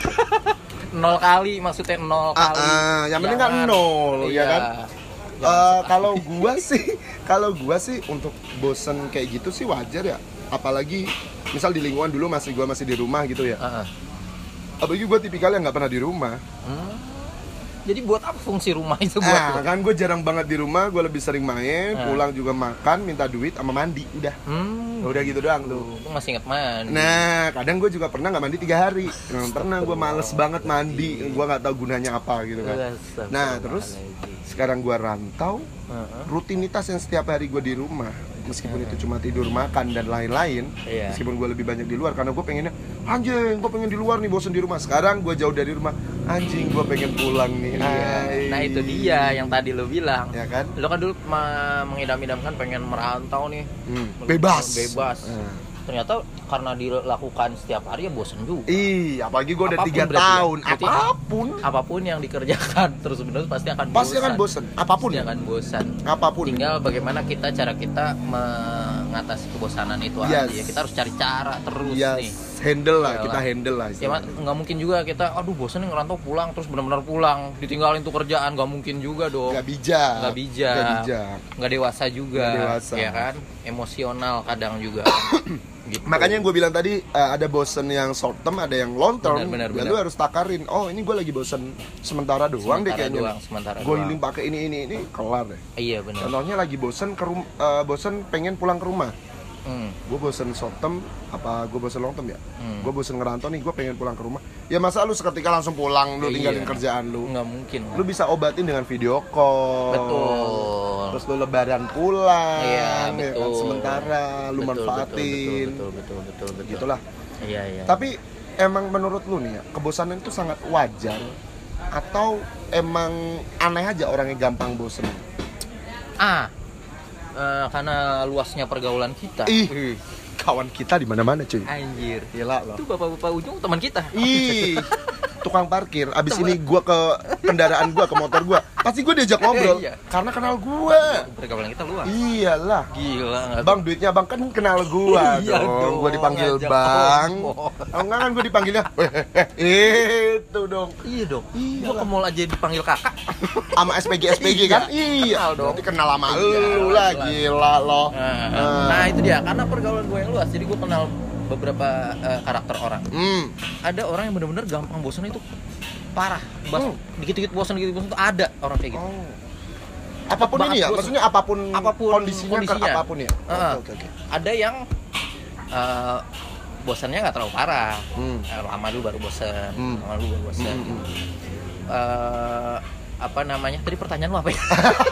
Nol kali maksudnya nol Ah, kali. ah, yang penting kan Jangan. nol, ya Iya. kan? Jangan Eh, sekali. kalau gua sih, kalau gua sih untuk bosen kayak gitu sih wajar ya. Apalagi misal di lingkungan dulu masih gua masih di rumah gitu ya. Ah, ah. Apalagi gua tipikal yang nggak pernah di rumah. Hmm. Jadi buat apa fungsi rumah itu buat Ah, lo? kan gue jarang banget di rumah, gue lebih sering main, Ah. pulang juga makan, minta duit sama mandi, udah. Hmm. Udah gitu doang tuh. Lu masih inget mandi. Nah, kadang gue juga pernah nggak mandi tiga hari. Nah, pernah gue males banget mandi, gue nggak tahu gunanya apa gitu kan. Astagfirullahaladzim. Nah, terus sekarang gue rantau, Heeh. rutinitas yang setiap hari gue di rumah, meskipun itu cuma tidur, makan dan lain-lain, Iya. meskipun gue lebih banyak di luar, karena gue pengennya anjing, gue pengen di luar nih, bosen di rumah. Sekarang gue jauh dari rumah, anjing, gue pengen pulang nih. Iya. Ay. Nah itu dia yang tadi lo bilang. Ya kan? Lo kan dulu ma- mengidam-idamkan pengen merantau nih. Hmm, bebas. Bebas. Eh. Ternyata karena dilakukan setiap hari ya bosen juga. Ih, apalagi gue udah Apapun tiga berarti ya. tahun, Berarti apapun, Apapun yang dikerjakan terus menerus pasti akan pasti bosan. akan bosen, apapun Pasti ya, akan bosan. apapun. Tinggal bagaimana kita cara kita mengatasi kebosanan itu aja. Yes. Ya. Kita harus cari cara terus Yes, nih. handle lah, Iyalah. kita handle lah. Ya istilahnya. ma- nggak mungkin juga kita, aduh bosan nih ngerantau pulang terus benar-benar pulang ditinggalin tuh kerjaan, nggak mungkin juga dong. Nggak bijak, Nggak bijak. nggak bijak. Nggak dewasa juga, Nggak dewasa. ya kan? Emosional kadang juga. Gitu. Makanya yang gue bilang tadi eh, ada bosen yang short term, ada yang long term. Benar, benar, Ya benar. lu harus takarin. Oh ini gue lagi bosen sementara doang deh Sementara kayaknya. doang, sementara Gue doang. healing pakai ini ini ini kelar deh. Iya benar. Contohnya lagi bosen ke rum- eh, bosen pengen pulang ke rumah. Hmm. Gue bosen short term, apa gue bosen long term ya? Hmm. Gue bosen ngerantau nih, gue pengen pulang ke rumah. Ya masa lu seketika langsung pulang, lu Iya. tinggalin kerjaan lu. Nggak mungkin. Lu bisa obatin dengan video call. Betul. Terus lu lebaran pulang. Iya, ya kan? betul. Sementara lu Betul, manfaatin. Betul, betul, betul, betul, betul. Gitulah. Iya, iya. Tapi emang menurut lu nih ya, kebosanan itu sangat wajar atau emang aneh aja orang yang gampang bosen? Ah, eh, karena luasnya pergaulan kita. Ih, kawan kita di mana-mana cuy. Anjir. Gila loh. Itu bapak-bapak ujung teman kita. Ih, tukang parkir. Abis ini gua ke kendaraan gua, ke motor gua, pasti gua diajak ngobrol. Iya. Karena kenal gua. Pergaulan kita luas. Iyalah. Gila nggak? Bang, duitnya bang kan kenal gua Iya dong. dong, Gua dipanggil ngajak bang. ngomong. Oh enggak kan gua dipanggilnya. "Weh, itu dong. Iya dong. Iya Gua lah. ke mall aja dipanggil kakak. Sama S P G S P G kan? Iya. Kenal dong. Berarti kenal sama Iya, lu lah, jelas. gila loh. Nah, Ah. nah, itu dia. Karena pergaulan gue yang luas, jadi gue kenal beberapa eh, karakter orang. Hmm. Ada orang yang benar-benar gampang bosan itu parah. Bas, Hmm. dikit-dikit bosan, dikit-dikit bosan itu ada orang kayak gitu. Oh. Apapun banget ini ya, bosen. maksudnya apapun, Apapun kondisinya, ke kondisinya. apapun ya. Heeh. Oke, oke, oke. Ada yang eh, bosannya nggak terlalu parah. Hmm. Eh, lama dulu baru bosan, Hmm. lama dulu baru bosan. Hmm, hmm. Eh, apa namanya? Tadi pertanyaan lu apa ya?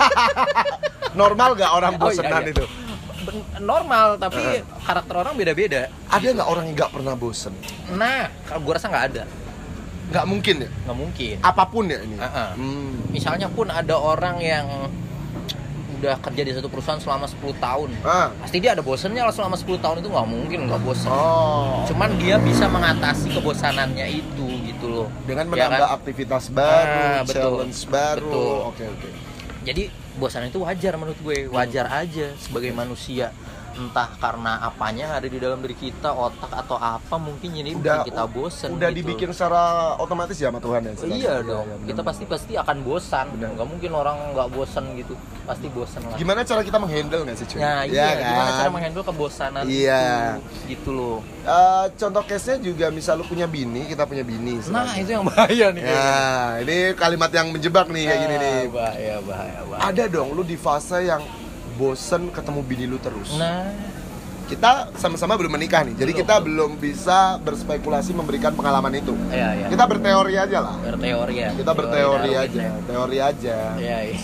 Normal gak orang Oh, iya, bosenan iya. itu? Ben- normal, tapi Heeh. karakter orang beda-beda. Ada nggak orang yang nggak pernah bosen? Nah, kalau gue rasa nggak ada, Nggak mungkin ya? nggak mungkin. Apapun ya ini? Heeh. Hmm. Misalnya pun ada orang yang udah kerja di satu perusahaan selama sepuluh tahun, Ah. pasti dia ada bosennya lah selama sepuluh tahun itu, nggak mungkin nggak bosen. Oh. Cuman dia bisa mengatasi kebosanannya itu gitu loh. Dengan Ya menambah kan? aktivitas baru, Ah, betul. challenge baru. Betul. Oke, oke. Jadi bosan itu wajar menurut gue, wajar aja sebagai manusia. Entah karena apanya yang ada di dalam diri kita, otak atau apa, mungkin jadi bikin kita bosan. Udah gitu. dibikin secara otomatis ya sama Tuhan ya. istilahnya? Iya dong, iya, kita benar. pasti pasti akan bosan. Benar. Nggak mungkin orang nggak bosan gitu, pasti bosan lah. Gimana cara kita menghandle nggak sih cuy? Nah iya, Ya gimana kan? cara menghandle kebosanan Iya. itu, gitu loh. Eh, contoh case-nya juga misal lu punya bini, kita punya bini. Nah istilahnya. itu yang bahaya nih. Ya, ini kalimat yang menjebak nih kayak gini nih. Ah, bahaya, bahaya, bahaya. Ada dong lu di fase yang bosen ketemu bini lu terus. Nah, Kita sama-sama belum menikah nih, jadi Belum, kita belum. belum bisa berspekulasi memberikan pengalaman itu. iya iya. Kita berteori aja lah. berteori ya. Kita berteori Darwin aja, ya. teori aja. Iya, iya.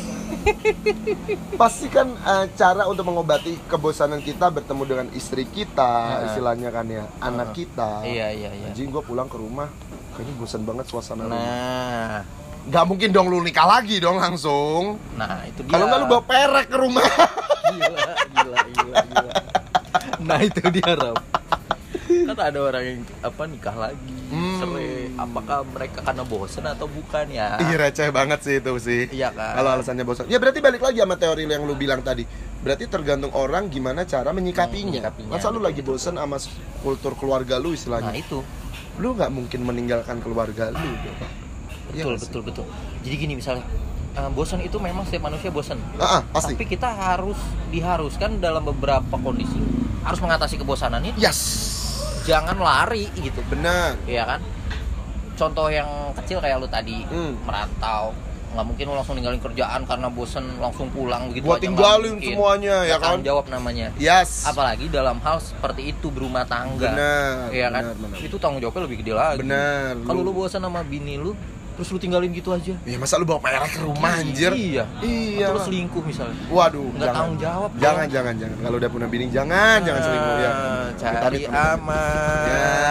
Pasti kan eh, cara untuk mengobati kebosanan kita bertemu dengan istri kita, Nah. istilahnya kan ya, anak kita. Iya, iya, iya. Anjing gue pulang ke rumah, kayaknya bosan banget suasana rumah. Nah, Gak mungkin dong lu nikah lagi dong langsung. nah itu dia. Kalau nggak lu bawa perek ke rumah. Gila, gila, gila, gila. Nah itu dia, Rob. Kan ada orang yang apa nikah lagi, Hmm. cerai. Apakah mereka karena bosen atau bukan ya? Ih receh banget sih itu sih. Iya kan? Kalau alasannya bosan. Ya berarti balik lagi sama teori yang lu bilang tadi. Berarti tergantung orang gimana cara menyikapinya. Hmm, menyikapinya, Masa lu betul, lagi betul, bosan sama kultur keluarga lu Nah istilahnya. itu Lu nggak mungkin meninggalkan keluarga lu dong. Iya betul nggak sih? betul betul. Jadi gini misalnya, eh, bosan itu memang setiap manusia bosan. Ah, ah, pasti. Tapi kita harus diharuskan dalam beberapa kondisi harus mengatasi kebosanan itu. Yes. Jangan lari gitu. Benar. Iya kan? Contoh yang kecil kayak lu tadi, Hmm. merantau, nggak mungkin lu langsung ninggalin kerjaan karena bosen langsung pulang begitu Gua aja. nggak tinggalin mungkin. semuanya, ya Nggak tanggung kan? jawab namanya. Yes. Apalagi dalam hal seperti itu, berumah tangga. Benar, Iya kan? benar, benar. Itu tanggung jawabnya lebih gede lagi. Benar. Kalau lu bosan sama bini lu, terus lu tinggalin gitu aja. Ya masa lu bawa perek ke rumah anjir? Iya. Iya. Atau lu Bang. selingkuh misalnya. Waduh, Nggak jangan. tanggung jawab dong. Jangan, jangan, jangan. Kalau udah punya bini jangan, jangan selingkuh ya. Ah, Cari Amit-amit, amit-amit. aman.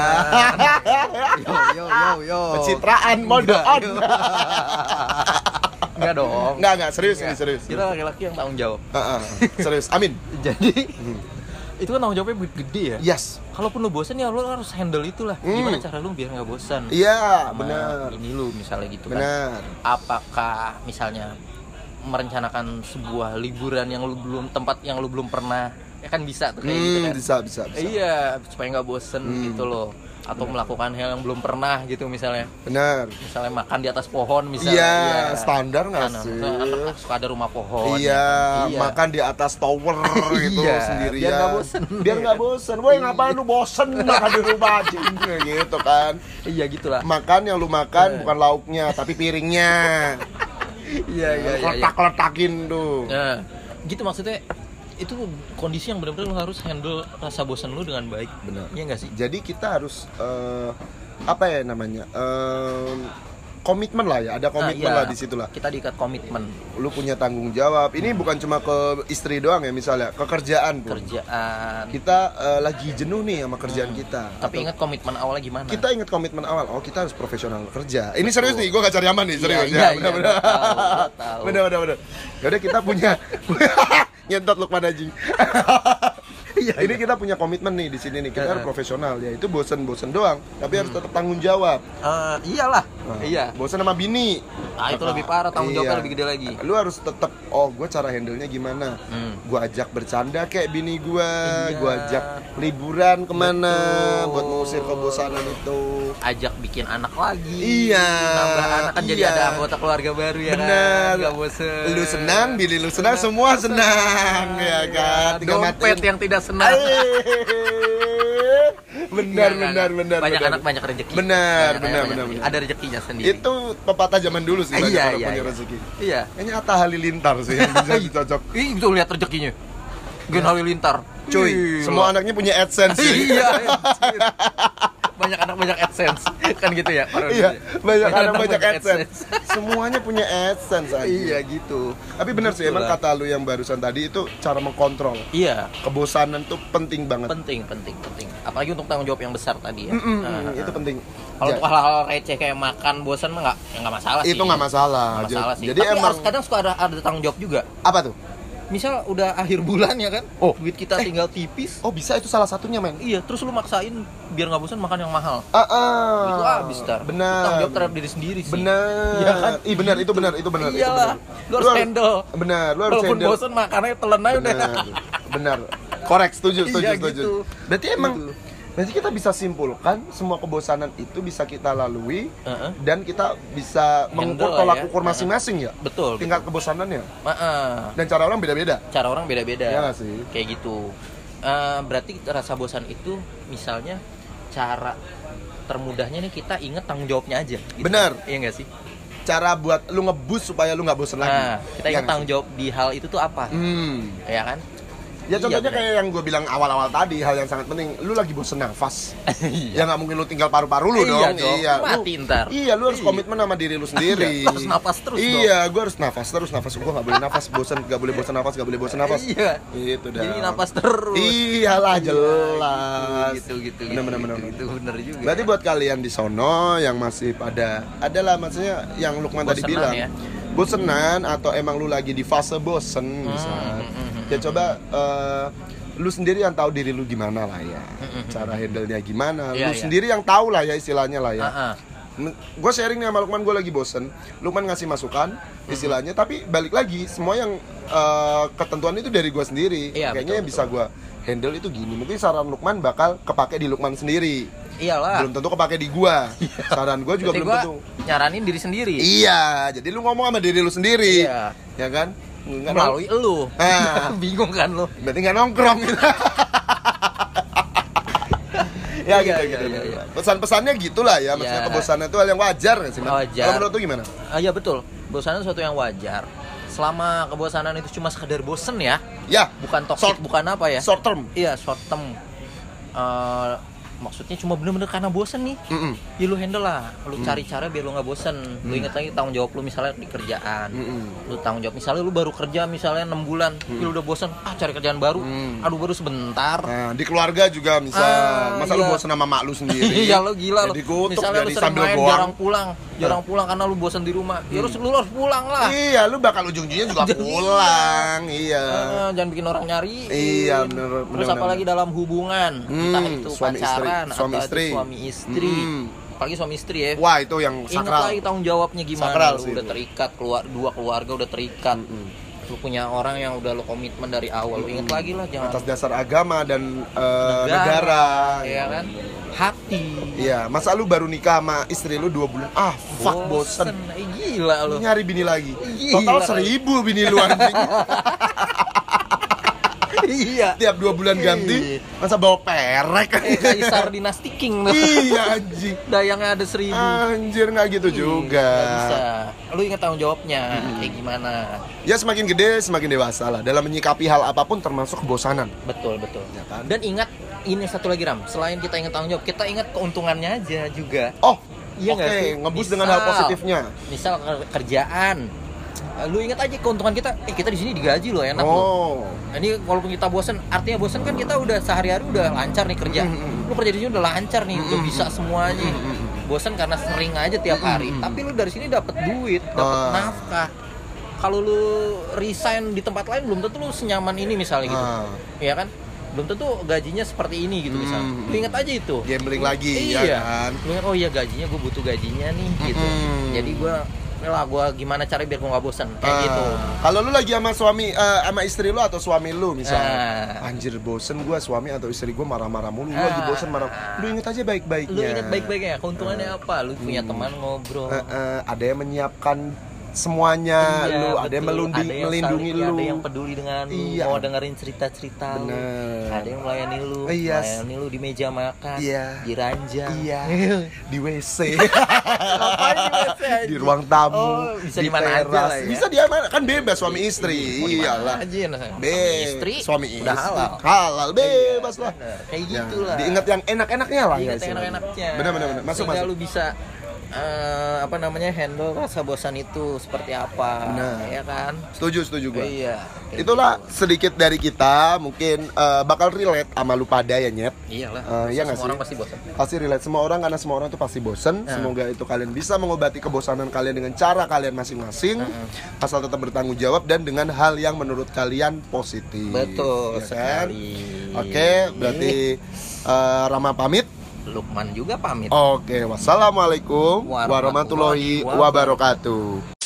Ya. Yo yo yo yo. Pencitraan mode Enggak, on. yo. Enggak dong. Enggak, enggak, serius ini, Enggak. serius. Kita laki-laki yang tanggung jawab. Heeh, serius. Amin. Jadi itu kan tanggung jawabnya gede ya. Yes. Kalaupun lu bosan ya lu harus handle itulah. Hmm. Gimana cara lu biar nggak bosan? Iya, Sama benar. Ini lu misalnya gitu kan. Benar. Apakah misalnya merencanakan sebuah liburan yang lu belum tempat yang lu belum pernah, ya kan bisa tuh kayak gitu Hmm, kan. bisa, bisa, bisa. Iya, supaya nggak bosen Hmm. gitu loh. Atau melakukan hal yang belum pernah gitu misalnya. Benar. Misalnya makan di atas pohon misalnya. Iya, standar nggak Kan, sih? kan suka ada rumah pohon. Iya, ya kan? makan di atas tower gitu Iya, sendirian. biar nggak bosen. Biar nggak bosen. Woi, ngapain lu bosen makan di rumah aja gitu kan? Iya gitulah. Makan yang lu makan bukan lauknya, tapi piringnya. Iya iya iya. iya. Letak-letakin tuh. Nah, gitu maksudnya itu kondisi yang benar-benar lu harus handle rasa bosan lu dengan baik. Benar. Iya nggak sih? Jadi kita harus eh, apa ya namanya? Em, komitmen lah ya, ada komitmen Nah, iya. lah di situ lah. Kita diikat komitmen Lu punya tanggung jawab. Ini bukan cuma ke istri doang ya misalnya, ke kerjaan pun. kerjaan. Kita eh, lagi jenuh nih sama kerjaan kita. Tapi Atau ingat komitmen awalnya gimana? kita ingat komitmen awal. Oh, kita harus profesional kerja. Ini serius nih, gue gak cari aman nih, serius. Iya, iya, ya, iya, benar-benar. gua tahu, gua tahu. Benar, benar, benar. Ya udah kita punya nyentot Lukman Haji. Iya, ini kita punya komitmen nih di sini nih. Kita harus profesional ya. Itu bosen-bosen doang, tapi harus tetap tanggung jawab. Eh, iyalah. Nah, Iya. Bosen sama bini. Ah itu lebih parah, tanggung jawabnya Iya. lebih gede lagi. Lu harus tetap, oh gue cara handle-nya gimana? Hmm. Gue ajak bercanda kayak bini gue, Iya. gue ajak liburan kemana Betul. buat mengusir kebosanan itu. Ajak bikin anak lagi. Iya. Nambah anak kan jadi Iya. ada anggota keluarga baru ya Bener. kan. Gak bosen. Lu senang, bini lu senang, semua senang ya kan. Tinggal Dompet matiin. yang tidak senang. Aih. Benar, Enggak, benar, enggak. benar, Banyak benar. anak banyak rezeki. Benar, Banyak benar, anak, benar, banyak benar. Ada rezekinya sendiri. Itu pepatah zaman dulu sih, banyak Iya, orang iya, punya iya. rezeki. Iya. Kayaknya Atta Halilintar sih yang bisa dicocok. Ih, itu lihat rezekinya. Gen Halilintar. Cuy, Ih, semua anaknya punya AdSense sih. Iya, anjir. Banyak anak banyak AdSense. Kan gitu ya? Orang Iya, gitu. banyak anak banyak AdSense. Semuanya punya AdSense aja. Iya, gitu. Tapi benar sih, Gitu emang lah. kata lu yang barusan tadi itu cara mengkontrol. Iya, Kebosanan tuh penting banget. penting, penting, penting. Apalagi untuk tanggung jawab yang besar tadi ya. Mm-mm, Nah, itu penting. Kalau Ja- untuk hal-hal receh kayak makan bosan mah nggak, ya nggak masalah sih. itu nggak masalah. Nggak masalah sih. Jadi Tapi emang harus kadang suka ada ada tanggung jawab juga. apa tuh? Misal udah akhir bulan ya kan, Oh. duit kita tinggal tipis. Oh bisa itu salah satunya men. Iya, terus lu maksain biar nggak bosan makan yang mahal. Ah, ah. Itu habis tar. Benar. Tanggung jawab terhadap diri sendiri sih. Benar. Iya kan? Ih benar itu benar itu benar. itu Iyalah, benar. lu harus handle. Benar, lu harus Walaupun handle. bosan makannya telan aja udah. Benar. Benar. Korek, setuju, setuju, Iya, setuju. gitu. Berarti emang Gitu. berarti kita bisa simpulkan semua kebosanan itu bisa kita lalui Heeh. dan kita bisa mengukur Handle tolak ya. ukur masing-masing ya. Betul. Tingkat kebosanannya Heeh. dan cara orang beda-beda. Cara orang beda-beda. Iya nggak sih? Kayak gitu. Eh, berarti rasa bosan itu misalnya cara termudahnya nih kita inget tanggung jawabnya aja. Gitu. Benar. Iya nggak sih? Cara buat lu ngebus supaya lu nggak bosan lagi. Nah, kita Iya ingat nggak tanggung jawab di hal itu tuh apa? sih? Hmm. Ya kan? Ya Iya, contohnya benar. kayak yang gue bilang awal-awal tadi, hal yang sangat penting. Lu lagi bosen nafas. Iya. Ya nggak mungkin lu tinggal paru-paru lu Iya dong. dong, Iya. mati Lu- ntar. Iya, lu harus Iya. komitmen sama diri lu sendiri. Iya, lu harus nafas terus dong. Iya, gue harus nafas terus, nafas gue nggak boleh nafas bosen, nggak boleh bosen nafas, nggak boleh bosen nafas. Iya. Itu dah. Jadi napas terus. Iyalah jelas. Gitu gitu gitu. Bener, bener, bener. Gitu, bener juga. Berarti buat kalian di sono yang masih pada adalah maksudnya yang Lukman tadi Bosenan bilang ya. bosenan atau emang lu lagi di fase bosen bisa hmm, hmm, ya coba eh, lu sendiri yang tahu diri lu gimana lah ya hmm. cara handle-nya gimana Iya, lu iya. sendiri yang tahu lah ya istilahnya lah ya Heeh. gue sharing nih sama Lukman, gue lagi bosen Lukman ngasih masukan istilahnya tapi balik lagi semua yang eh, ketentuan itu dari gue sendiri Iya, kayaknya betul, yang bisa gue handle itu gini mungkin saran Lukman bakal kepake di Lukman sendiri Iyalah. belum tentu kepake di gua. Saran gua juga Berarti belum gua tentu. nyaranin diri sendiri. Iya, jadi lu ngomong sama diri lu sendiri. Iya. Ya kan? Nggak Melalui elu. Ah. Bingung kan lu? nong- berarti nggak nongkrong gitu. ya Iya, gitu, iya, gitu, iya, gitu. iya. Pesan-pesannya gitulah ya, maksudnya Iya. kebosanan itu hal yang wajar nggak sih, Man? Wajar. Kalau menurut lu gimana? Ah, iya betul. Bosanan sesuatu yang wajar. Selama kebosanan itu cuma sekedar bosen ya, Ya, bukan toxic, Short- bukan apa ya? short term. Iya, short term. Eh, maksudnya cuma bener-bener karena bosen nih. Mm-mm. Ya lu handle lah, lu cari cara biar lu nggak bosen. Lu inget lagi tanggung jawab lu misalnya di kerjaan. Mm-mm. Lu tanggung jawab misalnya lu baru kerja misalnya enam bulan, tapi lu udah bosen, ah cari kerjaan baru. Mm. Aduh baru sebentar. Nah, di keluarga juga misal, Ah, masa lu iya. bosan sama mak lu sendiri? Iya lo gila lo. Jadi kutuk Misalnya lu dari sering sambil main goang. jarang pulang, jarang pulang karena lu bosan di rumah. Ya lu, lu harus pulang lah. Iya, lu bakal ujung-ujungnya juga Jadi pulang. Iya. Eh, jangan bikin orang nyari. Iya, bener, Terus bener, bener. apalagi dalam hubungan, Hmm, entah itu suami pacaran istri, suami atau istri. itu suami istri. Hmm. Apalagi suami istri ya. Wah, itu yang Ingat sakral. lagi tanggung jawabnya gimana. Sakral Lu sih udah itu. terikat, keluar dua keluarga udah terikat. Lu punya orang yang udah lu komitmen dari awal. Lu ingat lagi lah jangan Atas dasar agama dan eh, negara. ya kan? Hati. Iya, masa lu baru nikah sama istri lu dua bulan? Ah, fuck bosen. Eh, gila lu. Lu nyari bini lagi. Gila. Total seribu bini lu anjing. Iya. Tiap dua bulan ganti. Masa bawa perek? Eh, Kaisar dinasti King lu. Iya anjing. Dayangnya ada seribu. Anjir nggak gitu juga. Nggak bisa. Lu ingat tanggung jawabnya kayak gimana? Ya semakin gede semakin dewasa lah dalam menyikapi hal apapun termasuk kebosanan. Betul betul. Ya kan? Dan ingat ini satu lagi Ram. Selain kita ingat tanggung jawab, kita ingat keuntungannya aja juga. Oh, Iya oke, nggak sih? ngebus Misal- dengan hal positifnya. Misal ker- kerjaan. Eh, Lu ingat aja keuntungan kita. Eh kita di sini digaji loh enak loh. Oh, Nah, ini walaupun kita bosen, artinya bosen kan kita udah sehari-hari udah lancar nih kerja. Mm-mm. Lu kerja di sini udah lancar nih, udah bisa semuanya. Bosen karena sering aja tiap hari. Mm-mm. Tapi lu dari sini dapat duit, dapat Ah. nafkah. Kalau lu resign di tempat lain belum tentu lu senyaman ini misalnya gitu. Ah. Iya kan? Belum tentu gajinya seperti ini gitu misalnya. Mm. Lu ingat aja itu. gambling lagi Iya. ya kan. Lu ingat, oh iya gajinya gue butuh gajinya nih gitu. Mm-mm. Jadi gue lah gue gimana cara biar gue nggak bosan kayak Ah, gitu. Kalau lu lagi sama suami eh, sama istri lu atau suami lu misalnya. Ah. Anjir bosen gua suami atau istri gua marah-marah mulu. Lu Ah. lagi bosen marah. Lu inget aja baik-baiknya. Lu ingat baik-baiknya keuntungannya apa? Lu punya teman ngobrol. Eh, eh, ada yang menyiapkan semuanya Iya, lu, ada yang betul. melindungi, Ada yang melindungi saling- lu. ada yang peduli dengan lu, Iya. mau dengerin cerita-cerita lu. Bener. Ada yang melayani lu, Iya. melayani lu di meja makan, Iya. di ranjang. Iya. Di W C. Ngapain di W C aja? Di ruang tamu. Oh, bisa di mana aja teras. lah ya. Bisa di mana? Kan bebas suami istri. Mau di mana Iyalah. aja, nah, suami Be, istri, suami istri. udah halal. Halal, bebas lah. Bener. Kayak Ya, gitu lah. diingat yang enak-enaknya lah Ingat guys. yang enak-enaknya. Benar benar benar. Masuk Sehingga masuk. lu bisa eh, apa namanya handle rasa bosan itu seperti apa, Benar. ya kan? Setuju, setuju gua. Iya. kayak Itulah gitu. sedikit dari kita, mungkin eh, bakal relate sama lu pada ya, Nyet. Iyalah. Eh, iya nggak semua sih? orang pasti bosan. Pasti relate semua orang, karena semua orang tuh pasti bosen. Nah. Semoga itu kalian bisa mengobati kebosanan kalian dengan cara kalian masing-masing, Heeh. asal tetap bertanggung jawab dan dengan hal yang menurut kalian positif. Betul ya kan? sekali. Oke, berarti eh, Rama pamit. Lukman juga pamit. Oke, wassalamualaikum warahmatullahi Warahmatullahi wabarakatuh.